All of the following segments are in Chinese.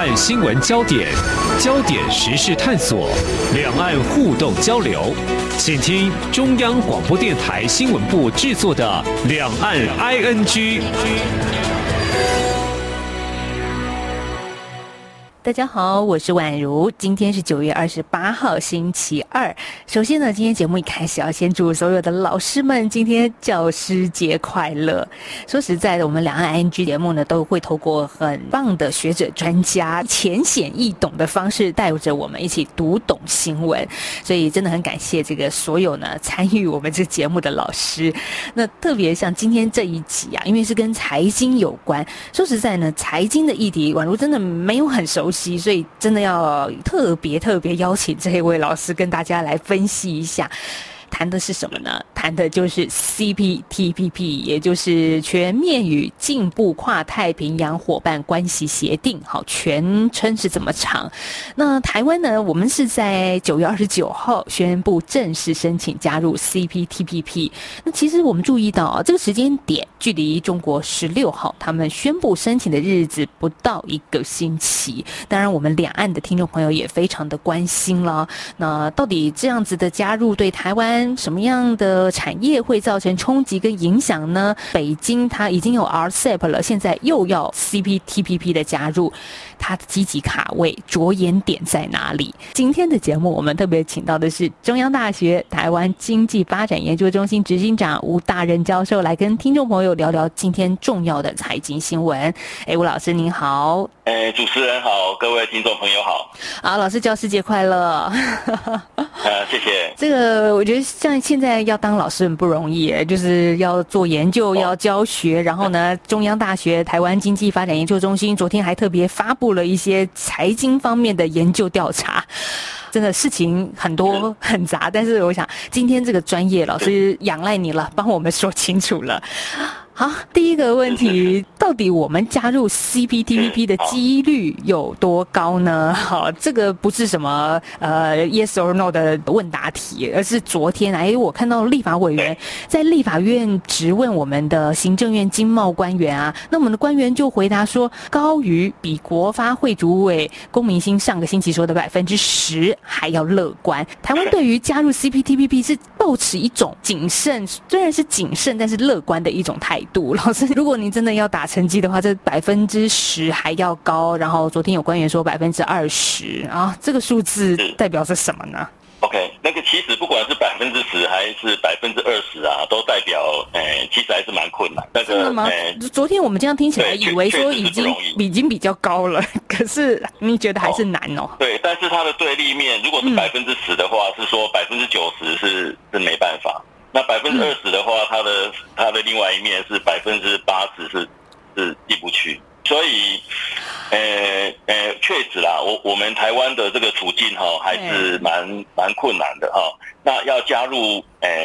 岸新闻焦点，焦点时事探索，两岸互动交流，请听中央广播电台新闻部制作的《两岸 ING》。 大家好，我是宛如，今天是9月28号星期二。首先呢，今天节目一开始要先祝所有的老师们今天教师节快乐。说实在的，我们两岸 ING 节目呢，都会透过很棒的学者专家浅显易懂的方式，带着我们一起读懂新闻，所以真的很感谢这个所有呢参与我们这节目的老师。那特别像今天这一集啊，因为是跟财经有关，说实在呢，财经的议题宛如真的没有很熟悉，所以真的要特别邀请这一位老师跟大家来分析一下。谈的是什么呢？谈的就是 CPTPP， 也就是全面与进步跨太平洋伙伴关系协定，好，全称是这么长。那台湾呢，我们是在9月29号宣布正式申请加入 CPTPP。那其实我们注意到这个时间点距离中国16号他们宣布申请的日子不到1个星期。当然，我们两岸的听众朋友也非常的关心了。那到底这样子的加入对台湾什么样的产业会造成冲击跟影响呢？北京它已经有 RCEP 了，现在又要 CPTPP 的加入，它的积极卡位着眼点在哪里？今天的节目我们特别请到的是中央大学台湾经济发展研究中心执行长吴大任教授，来跟听众朋友聊聊今天重要的财经新闻。吴老师您好。 主持人好，各位听众朋友好。 好，老师教师节快乐。 谢谢。 这个我觉得像现在要当老师很不容易，就是要做研究，要教学，然后呢，中央大学台湾经济发展研究中心昨天还特别发布了一些财经方面的研究调查。真的事情很多很杂，但是我想今天这个专业老师仰赖你了，帮我们说清楚了。好，第一个问题，到底我们加入 CPTPP 的几率有多高呢？好，这个不是什么yes or no 的问答题，而是昨天我看到立法委员在立法院质问我们的行政院经贸官员啊，那我们的官员就回答说，高于比国发会主委龚明鑫上个星期说的10%还要乐观。台湾对于加入 CPTPP 是抱持一种谨慎，虽然是谨慎，但是乐观的一种态度。老师，如果您真的要打成绩的话，这10%还要高，然后昨天有官员说20%啊，这个数字代表是什么呢 ？OK， 那个其实不管是10%还是20%啊，都代表其实还是蛮困难。那个真的吗？昨天我们这样听起来，以为说已经比较高了，可是你觉得还是难哦？ 对，但是它的对立面，如果是10%的话，是说90%是没办法。那20%的话，它的另外一面是80%是进不去，所以确实啦，我们台湾的这个处境还是蛮困难的哈。那要加入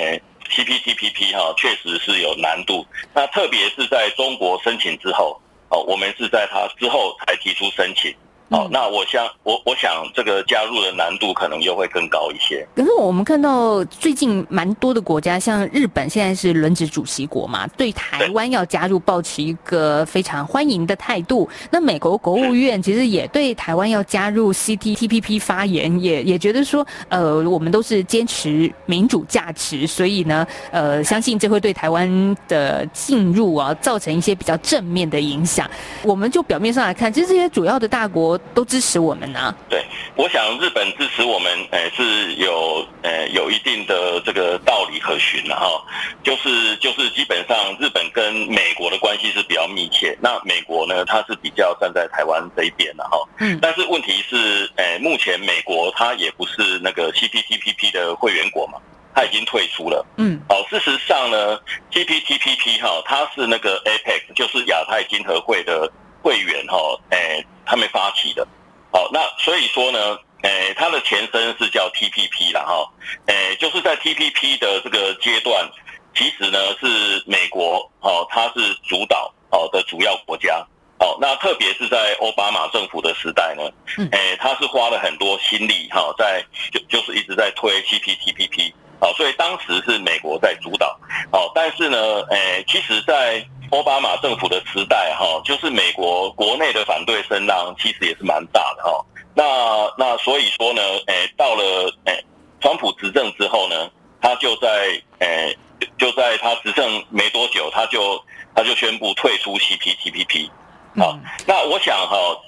CPTPP 确实是有难度。那特别是在中国申请之后，我们是在它之后才提出申请。那我想这个加入的难度可能又会更高一些。 可是我们看到最近蛮多的国家，像日本现在是轮值主席国嘛，对台湾要加入抱持一个非常欢迎的态度。那美国国务院其实也对台湾要加入 CPTPP 发言，也觉得说，我们都是坚持民主价值，所以呢，相信这会对台湾的进入啊造成一些比较正面的影响。我们就表面上来看，其实这些主要的大国都支持我们啊。 对，我想日本支持我们，是有一定的这个道理可循的哈。就是基本上日本跟美国的关系是比较密切，那美国呢，它是比较站在台湾这一边的哈。但是问题是，目前美国它也不是那个 CPTPP 的会员国嘛。它已经退出了。事实上呢 ，CPTPP 它是那个 APEC， 就是亚太经合会的会员他们发起的。那所以说呢，它的前身是叫 TPP 啦就是在 TPP 的这个阶段，其实呢是美国它是主导的主要国家。那特别是在奥巴马政府的时代呢，他是花了很多心力就是一直在推 CPTPP。所以当时是美国在主导。但是呢，其实在奥巴马政府的时代就是美国国内的反对声浪其实也是蛮大的那所以说呢，到了川普执政之后呢，他就在他执政没多久，他就宣布退出 CPTPP。那我想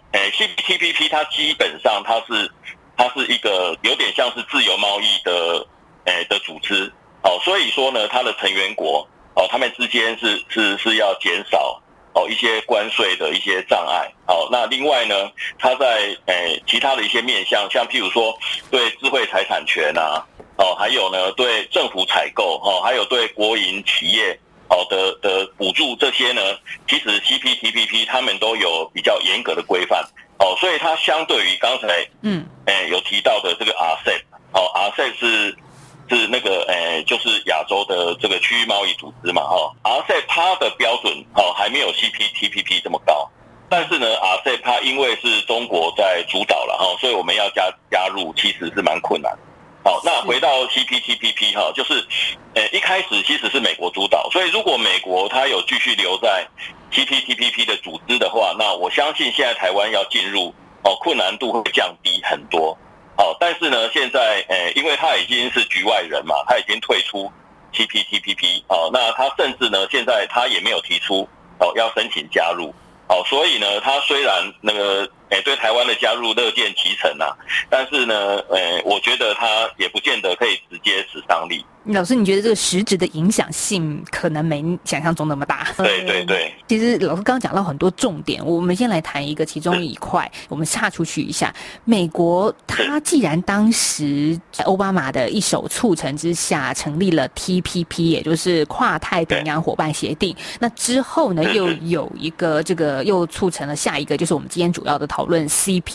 CPTPP 它基本上它是一个有点像是自由贸易的组织所以说呢，它的成员国他们之间是要减少一些关税的一些障碍那另外呢，它在其他的一些面向，像譬如说对智慧财产权还有呢对政府采购还有对国营企业的补助这些呢，其实 CPTPP 他们都有比较严格的规范所以它相对于刚才有提到的这个 RCEP RCEP 是那个就是亚洲的这个区域贸易组织嘛RCEP 它的标准还没有 CPTPP 这么高，但是呢 RCEP 它因为是中国在主导了所以我们要加入其实是蛮困难。那回到 CPTPP 就是一开始其实是美国主导，所以如果美国它有继续留在 CPTPP 的组织的话，那我相信现在台湾要进入困难度会降低很多但是呢现在因为他已经是局外人嘛，他已经退出 CPTPP 那他甚至呢现在他也没有提出要申请加入所以呢他虽然那个对台湾的加入乐见其成但是呢我觉得他也不见得可以直接使上力。 老师，你觉得这个实质的影响性可能没想象中那么大？ 对。 其实老师刚刚讲到很多重点，我们先来谈一个其中一块，我们岔出去一下。美国它既然当时在奥巴马的一手促成之下成立了 TPP， 也就是跨太平洋伙伴协定，那之后呢又有一个这个又促成了下一个，就是我们今天主要的讨论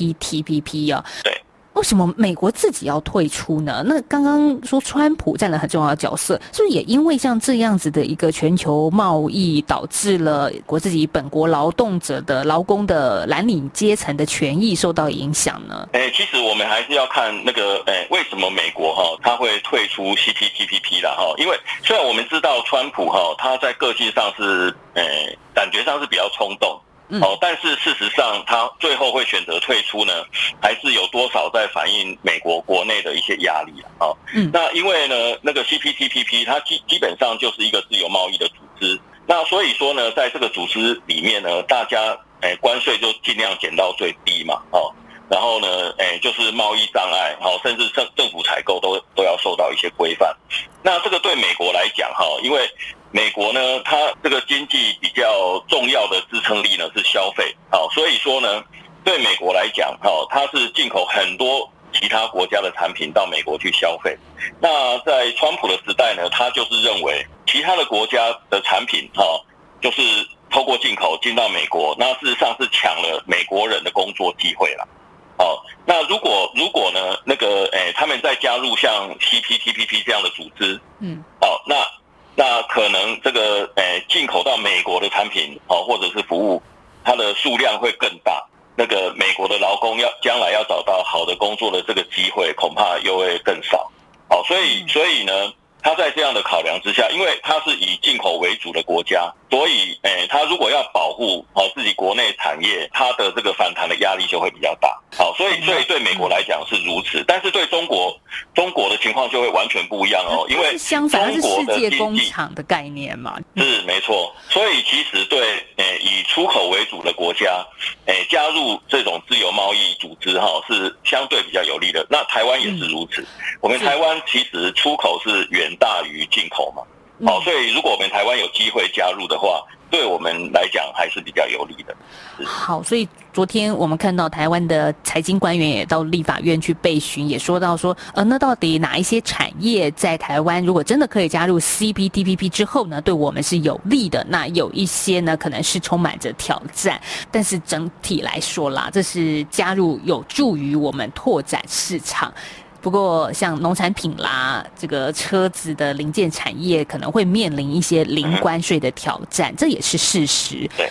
CPTPP 对。 为什么美国自己要退出呢？那刚刚说川普占了很重要的角色，是不是也因为像这样子的一个全球贸易，导致了国自己本国劳动者的劳工的蓝领阶层的权益受到影响呢？ 其实我们还是要看那个为什么美国他会退出 CPTPP 啦因为虽然我们知道川普他在个性上是感觉上是比较冲动。但是事实上他最后会选择退出呢，还是有多少在反映美国国内的一些压力那因为呢那个 CPTPP 它基本上就是一个自由贸易的组织，那所以说呢在这个组织里面呢，大家关税就尽量减到最低嘛然后呢就是贸易障碍甚至政府采购都要受到一些规范。那这个对美国来讲因为美国呢它这个经济比较重要的支撑力呢是消费所以说呢对美国来讲它是进口很多其他国家的产品到美国去消费。那在川普的时代呢，他就是认为其他的国家的产品就是透过进口进到美国，那事实上是抢了美国人的工作机会了那如果呢那个他们再加入像 CPTPP 这样的组织那可能这个进口到美国的产品或者是服务，它的数量会更大，那个美国的劳工将来要找到好的工作的这个机会恐怕又会更少所以呢他在这样的考量之下，因为他是以进口为主的国家，所以他如果要保护自己国内产业，他的这个反弹的压力就会比较大所以对美国来讲是如此，但是对中国的情况就会完全不一样因为相反，它是世界工厂的概念嘛。 是没错，所以其实对以出口为主的国家加入这种自由贸易组织是相对比较有利的。那台湾也是如此，我们台湾其实出口是远大于进口嘛所以如果我们台湾有机会加入的话，对我们来讲还是比较有利的。 好，所以昨天我们看到台湾的财经官员也到立法院去备询，也说到说那到底哪一些产业在台湾如果真的可以加入 CPTPP 之后呢，对我们是有利的，那有一些呢可能是充满着挑战，但是整体来说啦，这是加入有助于我们拓展市场。不过像农产品啦，这个车子的零件产业可能会面临一些零关税的挑战，这也是事实。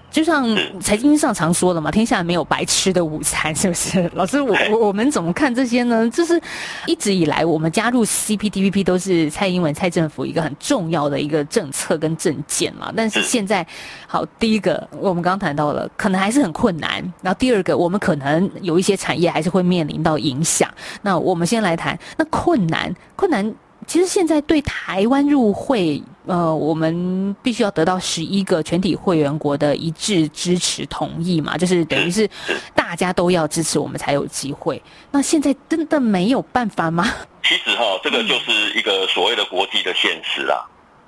就像财经上常说的嘛，天下没有白吃的午餐，是不是？老师，我们怎么看这些呢？就是一直以来我们加入 CPTPP 都是蔡英文蔡政府一个很重要的一个政策跟政见嘛。但是现在，好，第一个我们刚刚谈到了，可能还是很困难。然后第二个，我们可能有一些产业还是会面临到影响。那我们先来谈那困难。其实现在对台湾入会，我们必须要得到11个全体会员国的一致支持同意嘛，就是等于是大家都要支持我们才有机会。那现在真的没有办法吗？ 其实这个就是一个所谓的国际的现实啦。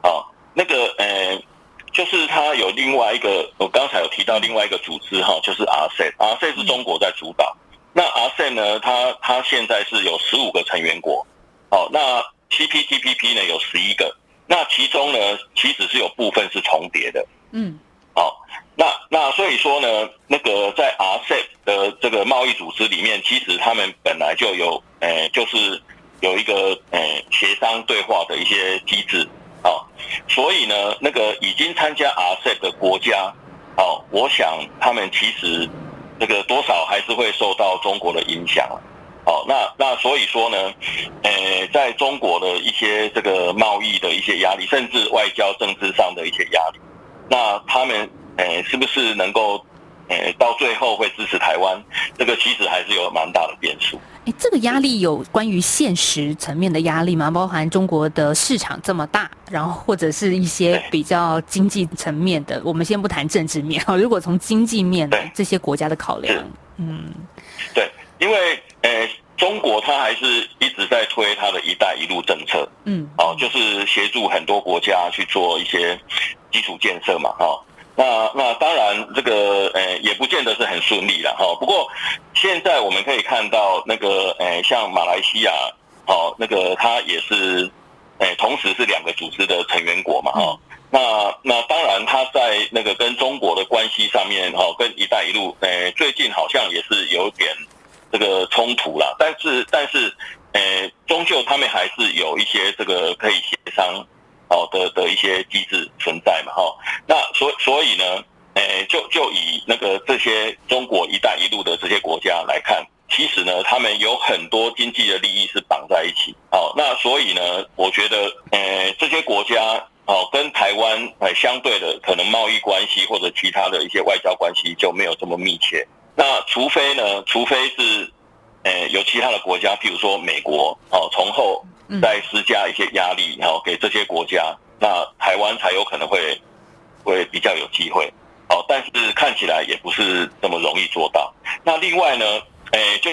就是它有另外一个，我刚才有提到另外一个组织就是 RCEP 是中国在主导。那 RCEP 呢，它现在是有15个成员国，那CPTPP 呢有11个，那其中呢其实是有部分是重叠的。那所以说呢，那个在 RCEP 的这个贸易组织里面，其实他们本来就有就是有一个协商对话的一些机制。所以呢，那个已经参加 RCEP 的国家，我想他们其实这个多少还是会受到中国的影响。那所以说呢，在中国的一些这个贸易的一些压力，甚至外交政治上的一些压力，那他们是不是能够到最后会支持台湾？这个其实还是有蛮大的变数。 这个压力有关于现实层面的压力吗？包含中国的市场这么大，然后或者是一些比较经济层面的，我们先不谈政治面，如果从经济面这些国家的考量， 对，因为中国它还是一直在推它的一带一路政策，就是协助很多国家去做一些基础建设嘛，那当然这个也不见得是很顺利啦，不过现在我们可以看到那个像马来西亚，那个它也是同时是2个组织的成员国嘛，那当然它在那个跟中国的关系上面，跟一带一路最近好像也是有点这个冲突啦，但是终究他们还是有一些这个可以协商的一些机制存在嘛，那所以呢，就以那个这些中国一带一路的这些国家来看，其实呢，他们有很多经济的利益是绑在一起。那所以呢，我觉得这些国家跟台湾相对的可能贸易关系或者其他的一些外交关系就没有这么密切。那除非是有其他的国家，譬如说美国从后再施加一些压力给这些国家，那台湾才有可能会比较有机会。但是看起来也不是这么容易做到。那另外呢，就是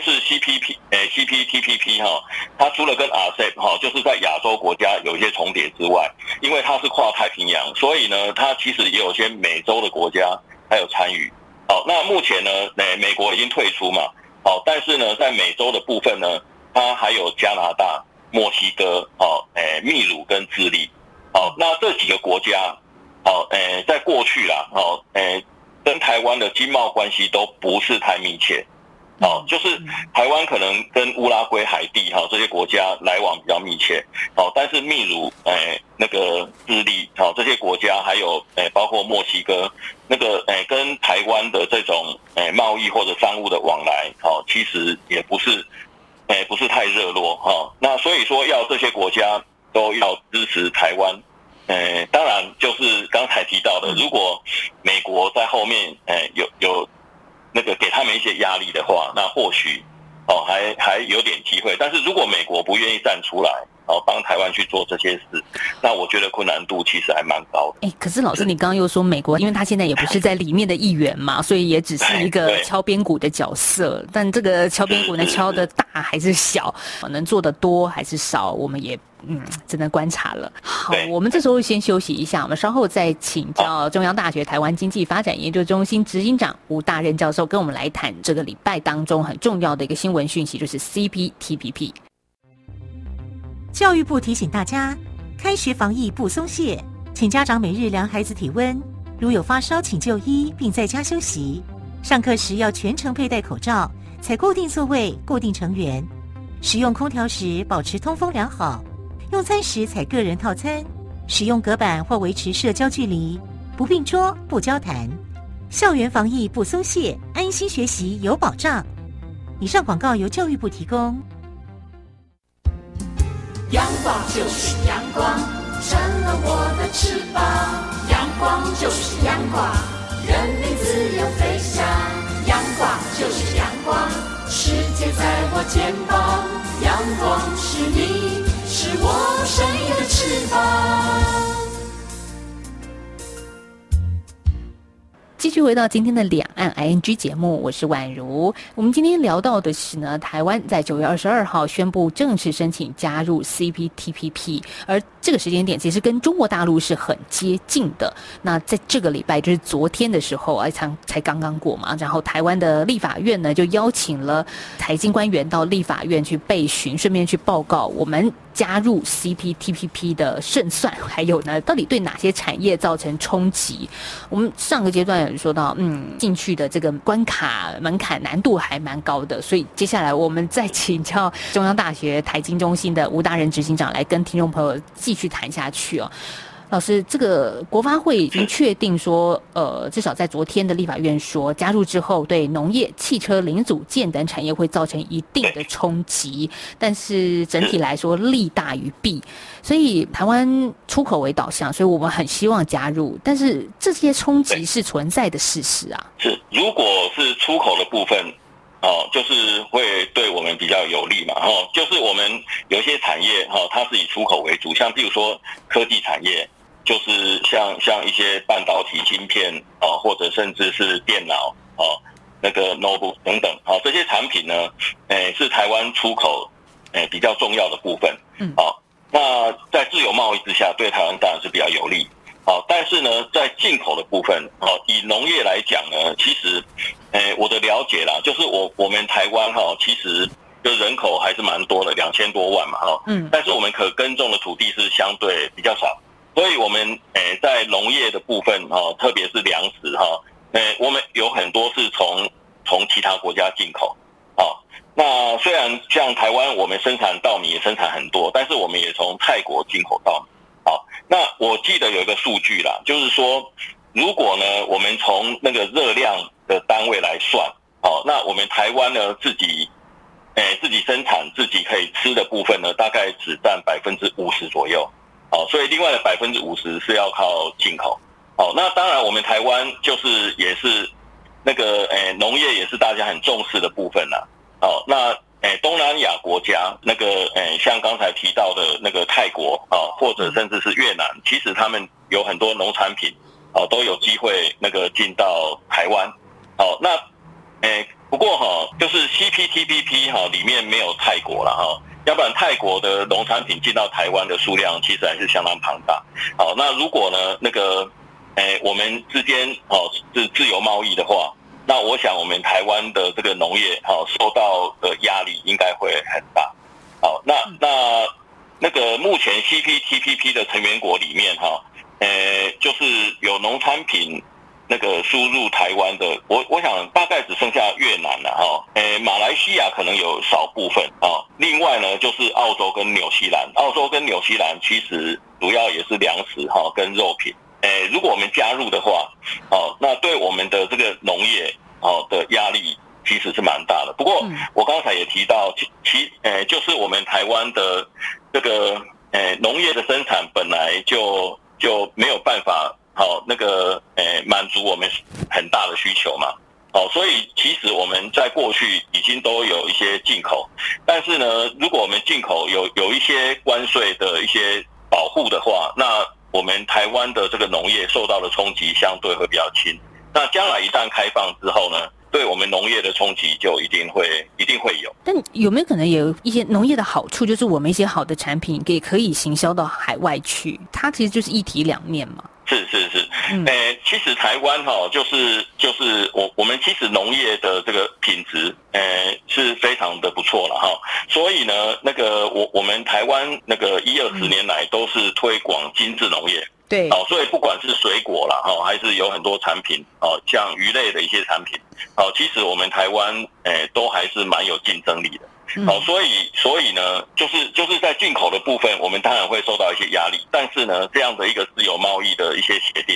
CPTPP 它除了跟 RCEP 就是在亚洲国家有一些重叠之外，因为它是跨太平洋，所以呢，它其实也有些美洲的国家还有参与。那目前呢，美国已经退出嘛，但是呢，在美洲的部分呢，它还有加拿大、墨西哥、秘鲁跟智利。那这几个国家，在过去啦，跟台湾的经贸关系都不是太密切。就是台湾可能跟乌拉圭、海地这些国家来往比较密切，但是秘鲁、那个智利这些国家，还有包括墨西哥，那个跟台湾的这种贸易或者商务的往来，其实也不是太热络。那所以说要这些国家都要支持台湾，当然就是刚才提到的，如果美国在后面有那个给他们一些压力的话，那或许还有点机会。但是如果美国不愿意站出来，帮台湾去做这些事，那我觉得困难度其实还蛮高的。 可是老师，你刚刚又说美国，因为他现在也不是在里面的一员嘛，所以也只是一个敲边鼓的角色。但这个敲边鼓能敲的大还是小，能做的多还是少，我们也只能观察了。好，我们这时候先休息一下，我们稍后再请教中央大学台湾经济发展研究中心执行长吴大任教授，跟我们来谈这个礼拜当中很重要的一个新闻讯息，就是 CPTPP。 教育部提醒大家，开学防疫不松懈，请家长每日量孩子体温，如有发烧请就医并在家休息。上课时要全程佩戴口罩，采固定座位、固定成员。使用空调时保持通风良好，用餐时采个人套餐，使用隔板或维持社交距离，不并桌不交谈。 校园防疫不松懈，安心学习有保障。以上广告由教育部提供。 阳光就是阳光，成了我的翅膀。阳光就是阳光，人民自由飞翔。阳光就是阳光，世界在我肩膀。阳光是你，是我生命的翅膀。 继续回到今天的两岸 ING 节目，我是宛如。我们今天聊到的是呢，台湾在9月22号宣布正式申请加入 CPTPP， 而这个时间点其实跟中国大陆是很接近的。那在这个礼拜，就是昨天的时候，才刚刚过嘛，然后台湾的立法院呢就邀请了财经官员到立法院去备询，顺便去报告我们加入 CPTPP 的胜算，还有呢，到底对哪些产业造成冲击？我们上个阶段有说到，进去的这个关卡门槛难度还蛮高的，所以接下来我们再请教中央大学财经中心的吴大仁执行长来跟听众朋友继续谈下去哦。老师，这个国发会已经确定说，至少在昨天的立法院说，加入之后对农业、汽车零组件等产业会造成一定的冲击，但是整体来说利大于弊。所以台湾出口为导向，所以我们很希望加入，但是这些冲击是存在的事实啊。 是，如果是出口的部分。就是会对我们比较有利嘛，就是我们有一些产业它是以出口为主，像比如说科技产业，就是像一些半导体晶片或者甚至是电脑那个 notebook 等等这些产品呢，是台湾出口比较重要的部分。那在自由贸易之下，对台湾当然是比较有利。但是呢，在进口的部分，以农业来讲呢，其实，我的了解啦，就是我们台湾其实就人口还是蛮多的，2000多万嘛，但是我们可耕种的土地是相对比较少，所以我们在农业的部分特别是粮食我们有很多是从其他国家进口。那虽然像台湾我们生产稻米也生产很多，但是我们也从泰国进口稻米。那我记得有一个数据啦，就是说，如果呢我们从那个热量的单位来算，那我们台湾呢自己生产自己可以吃的部分呢，大概只占50%左右，所以另外的50%是要靠进口。那当然我们台湾就是也是那个农业也是大家很重视的部分啦。那东南亚国家那个像刚才提到的那个泰国或者甚至是越南，其实他们有很多农产品都有机会那个进到台湾。那不过就是 CPTPP 里面没有泰国啦要不然泰国的农产品进到台湾的数量其实还是相当庞大。那如果呢那个我们之间是自由贸易的话，那我想我们台湾的这个农业受到的压力应该会很大。那个目前 CPTPP 的成员国里面就是有农产品那个输入台湾的，我想大概只剩下越南了马来西亚可能有少部分另外呢就是澳洲跟纽西兰，澳洲跟纽西兰其实主要也是粮食跟肉品。如果我们加入的话，那对我们的这个农业的压力其实是蛮大的。不过我刚才也提到，就是我们台湾的这个农业的生产本来就没有办法那个满足我们很大的需求嘛。所以其实我们在过去已经都有一些进口，但是呢，如果我们进口有一些关税的一些保护的话，那我们台湾的这个农业受到的冲击相对会比较轻。那将来一旦开放之后呢，对我们农业的冲击就一定会有。 但有没有可能有一些农业的好处，就是我们一些好的产品也可以行销到海外去？它其实就是一体两面嘛。 是，其实台湾就是我们其实农业的这个品质是非常的不错了所以呢那个我们台湾那个10-20年来都是推广精致农业。 对， 所以不管是水果啦还是有很多产品像鱼类的一些产品其实我们台湾都还是蛮有竞争力的。所以呢，就是在进口的部分，我们当然会受到一些压力，但是呢，这样的一个自由贸易的一些协定，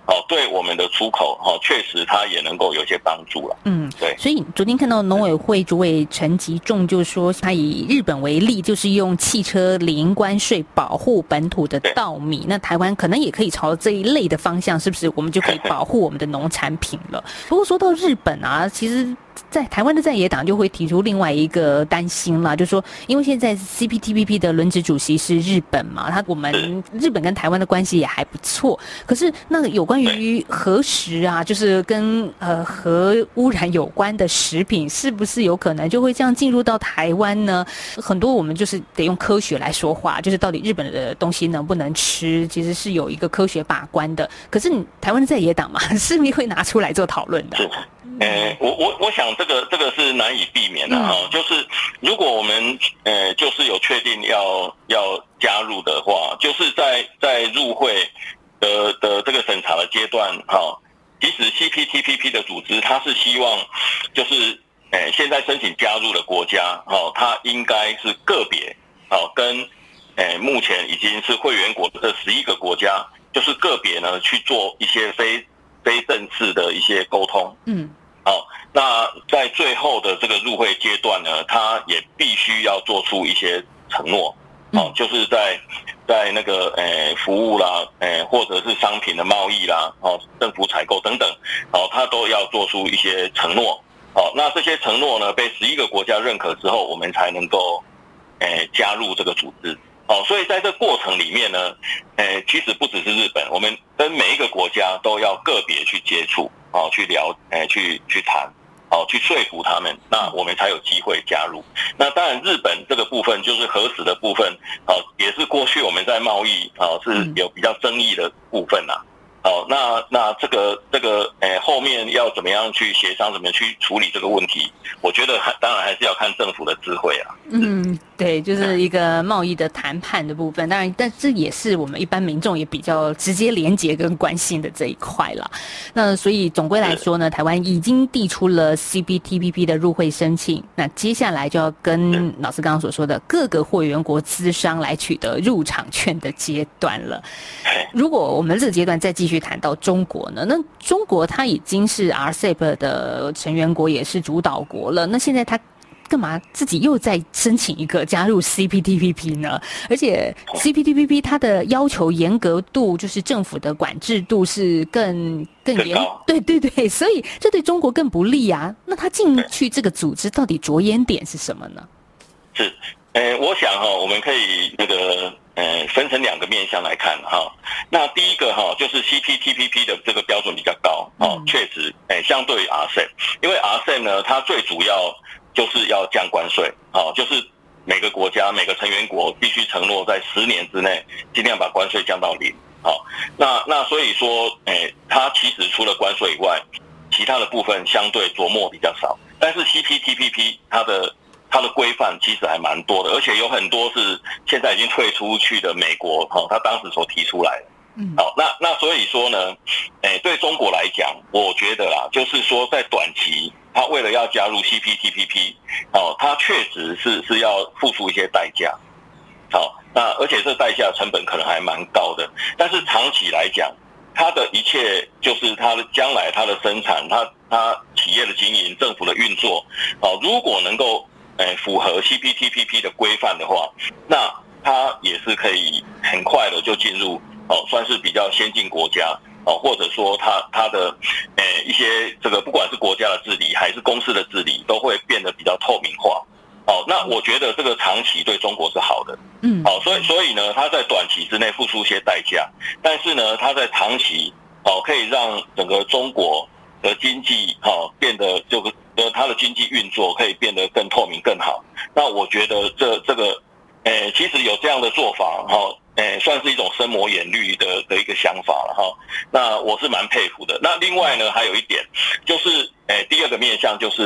对我们的出口确实它也能够有一些帮助了。对。 所以昨天看到农委会主委陈吉仲就说，他以日本为例，就是用汽车零关税保护本土的稻米，那台湾可能也可以朝这一类的方向，是不是我们就可以保护我们的农产品了？不过说到日本啊，其实在台湾的在野党就会提出另外一个担心啦，就是说因为现在 CPTPP 的轮值主席是日本嘛，我们日本跟台湾的关系也还不错，可是那个有关于核食啊，就是跟核污染有关的食品，是不是有可能就会这样进入到台湾呢？很多我们就是得用科学来说话，就是到底日本的东西能不能吃，其实是有一个科学把关的。可是台湾的在野党嘛，势必会拿出来做讨论的。 我想这个是难以避免的就是如果我们就是有确定要加入的话，就是在入会的这个审查的阶段其实 CPTPP 的组织它是希望就是现在申请加入的国家它应该是个别跟目前已经是会员国的这11个国家，就是个别呢去做一些非正式的一些沟通。那在最后的这个入会阶段呢，他也必须要做出一些承诺，就是在那个服务啦，或者是商品的贸易啦，政府采购等等，他都要做出一些承诺。那这些承诺呢，被11个国家认可之后，我们才能够加入这个组织。所以在这过程里面呢，其实不只是日本，我们跟每一个国家都要个别去接触，去去谈，去说服他们，那我们才有机会加入。那当然，日本这个部分就是核食的部分，也是过去我们在贸易是有比较争议的部分啦。那这个后面要怎么样去协商，怎么去处理这个问题？我觉得当然还是要看政府的智慧啊。 对，就是一个贸易的谈判的部分，当然，但这也是我们一般民众也比较直接连结跟关心的这一块啦。那所以总归来说呢，台湾已经递出了 CPTPP 的入会申请，那接下来就要跟老师刚刚所说的各个会员国资商来取得入场券的阶段了。如果我们这个阶段再继续谈到中国呢，那中国它已经是 RCEP 的成员国，也是主导国了，那现在它干嘛自己又再申请一个加入 CPTPP 呢？而且 CPTPP 它的要求严格度，就是政府的管制度是更严，对，所以这对中国更不利啊。那它进去这个组织到底着眼点是什么呢？ 是，我想我们可以分成2个面向来看那第一个就是 CPTPP 的这个标准比较高确实相对于 RCEP， 因为 RCEP 呢，它最主要就是要降关税就是每个国家每个成员国必须承诺在10年之内尽量把关税降到0。那所以说它其实除了关税以外，其他的部分相对琢磨比较少，但是 CPTPP 它的规范其实还蛮多的，而且有很多是现在已经退出去的美国他当时所提出来的。那所以说呢对中国来讲，我觉得啦，就是说在短期他为了要加入 CPTPP 他确实是要付出一些代价那而且这代价成本可能还蛮高的，但是长期来讲，他的一切就是他的将来他的生产，他企业的经营，政府的运作如果能够符合 CPTPP 的规范的话，那它也是可以很快的就进入算是比较先进国家或者说它的一些这个不管是国家的治理还是公司的治理都会变得比较透明化那我觉得这个长期对中国是好的所以呢，它在短期之内付出一些代价，但是呢，它在长期可以让整个中国的经济变得它的经济运作可以变得更透明更好。那我觉得这个其实有这样的做法算是一种深谋远虑的一个想法了那我是蛮佩服的。那另外呢，还有一点就是第二个面向就是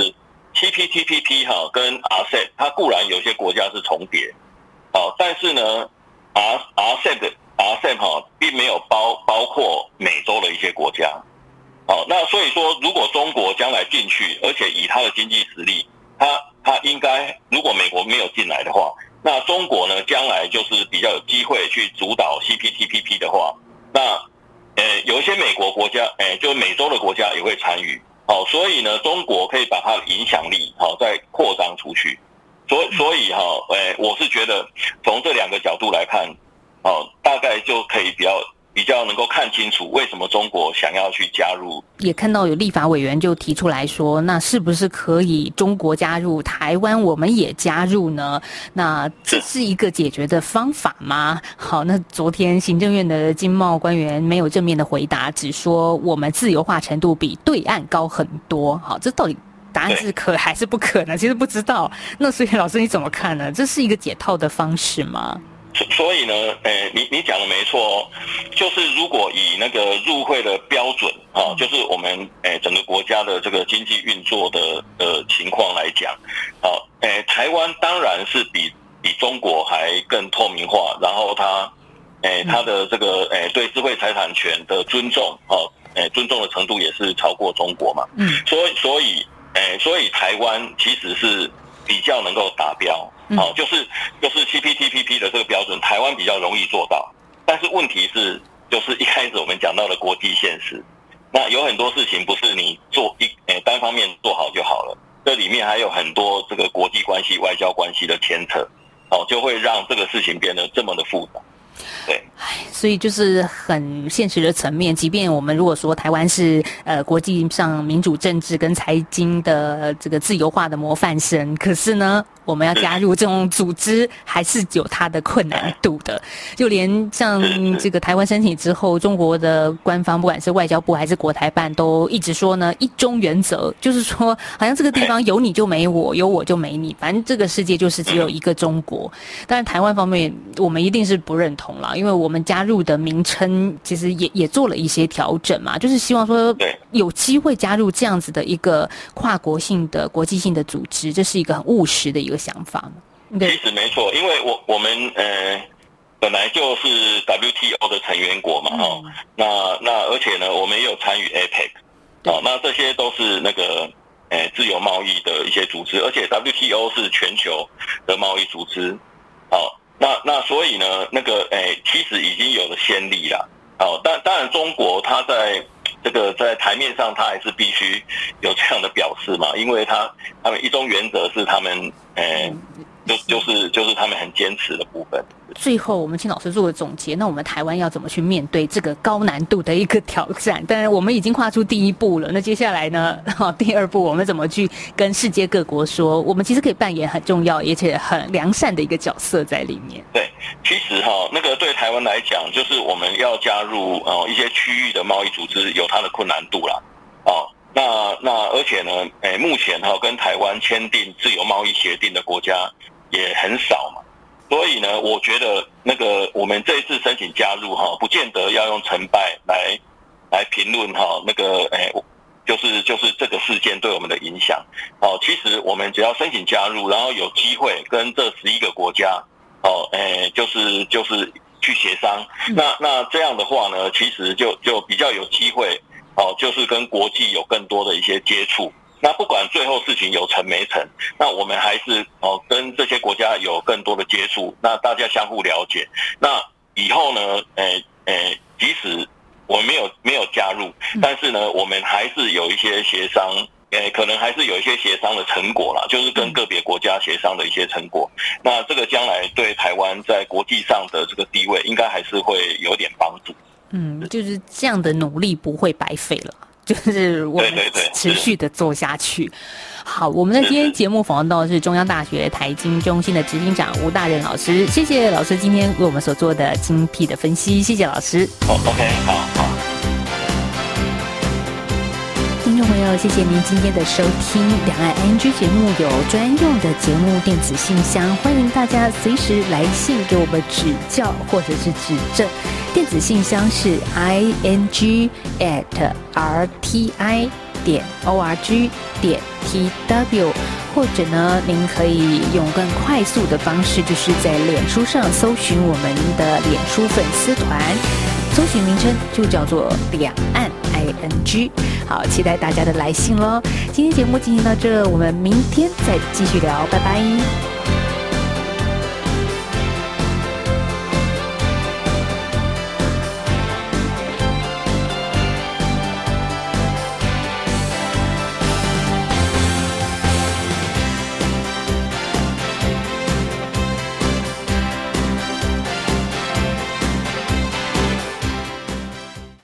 CPTPP 跟 RCEP 它固然有些国家是重叠但是呢 RCEP 并没有包括美洲的一些国家那所以说，如果中国将来进去，而且以它的经济实力，它应该，如果美国没有进来的话，那中国呢，将来就是比较有机会去主导 CPTPP 的话，那有一些美国国家，就美洲的国家也会参与。好，所以呢，中国可以把它的影响力再扩张出去。所以我是觉得从这2个角度来看，大概就可以比较能够看清楚为什么中国想要去加入。 也看到有立法委员就提出来说，那是不是可以中国加入，台湾我们也加入呢？那这是一个解决的方法吗？好，那昨天行政院的经贸官员没有正面的回答，只说我们自由化程度比对岸高很多。好，这到底答案是可还是不可呢？其实不知道。那所以老师你怎么看呢？这是一个解套的方式吗？ 所以呢，你讲的没错就是如果以那个入会的标准就是我们整个国家的这个经济运作的情况来讲，台湾当然是比中国还更透明化，然后它的这个对智慧财产权的尊重尊重的程度也是超过中国嘛。所以台湾其实是比较能够达标。就是 CPTPP 的这个标准，台湾比较容易做到，但是问题是，就是一开始我们讲到的国际现实，那有很多事情不是你单方面做好就好了，这里面还有很多这个国际关系、外交关系的牵扯，就会让这个事情变得这么的复杂。对， 所以就是很现实的层面，即便我们如果说台湾是国际上民主政治跟财经的这个自由化的模范生，可是呢，我们要加入这种组织还是有它的困难度的。就连像这个台湾申请之后，中国的官方不管是外交部还是国台办都一直说呢，一中原则，就是说好像这个地方有你就没我，有我就没你，反正这个世界就是只有一个中国。当然台湾方面我们一定是不认同啦，因为我们加入的名称其实也做了一些调整嘛，就是希望说有机会加入这样子的一个跨国性的国际性的组织，这是一个很务实的一个想法嘛。 其实没错，因为我们本来就是 WTO 的成员国嘛，那而且呢，我们也有参与 APEC，那这些都是那个自由贸易的一些组织，而且 WTO 是全球的贸易组织，那所以呢，那个其实已经有了先例啦。当然中国它在这个在台面上，它还是必须有这样的表示嘛，因为他们一中原则是他们就是他们很坚持的部分。 最后我们请老师做个总结，那我们台湾要怎么去面对这个高难度的一个挑战？当然我们已经跨出第一步了，那接下来呢第二步我们怎么去跟世界各国说，我们其实可以扮演很重要而且很良善的一个角色在里面。 对，其实那个对台湾来讲，就是我们要加入一些区域的贸易组织有它的困难度啦。那而且呢目前跟台湾签订自由贸易协定的国家也很少嘛，所以呢我觉得那个我们这一次申请加入不见得要用成败来评论那个就是这个事件对我们的影响。其实我们只要申请加入，然后有机会跟这11个国家就是去协商，那这样的话呢，其实就比较有机会就是跟国际有更多的一些接触。那不管最后事情有成没成，那我们还是跟这些国家有更多的接触，那大家相互了解。那以后呢即使我们没有加入，但是呢我们还是有一些协商，可能还是有一些协商的成果啦，就是跟个别国家协商的一些成果。那这个将来对台湾在国际上的这个地位，应该还是会有点帮助。 就是这样的努力不会白费了，就是我们持续的做下去。好，我们在今天节目访问到的是中央大学台经中心的执行长吴大仁老师，谢谢老师今天为我们所做的精辟的分析，谢谢老师。 OK， 好。 听众朋友，谢谢您今天的收听。两岸 ING 节目有专用的节目电子信箱，欢迎大家随时来信给我们指教或者是指正。电子信箱是 ing@rti.org.tw， 或者呢，您可以用更快速的方式，就是在脸书上搜寻我们的脸书粉丝团，搜寻名称就叫做两岸 ING。好，期待大家的来信咯。今天节目进行到这，我们明天再继续聊，拜拜。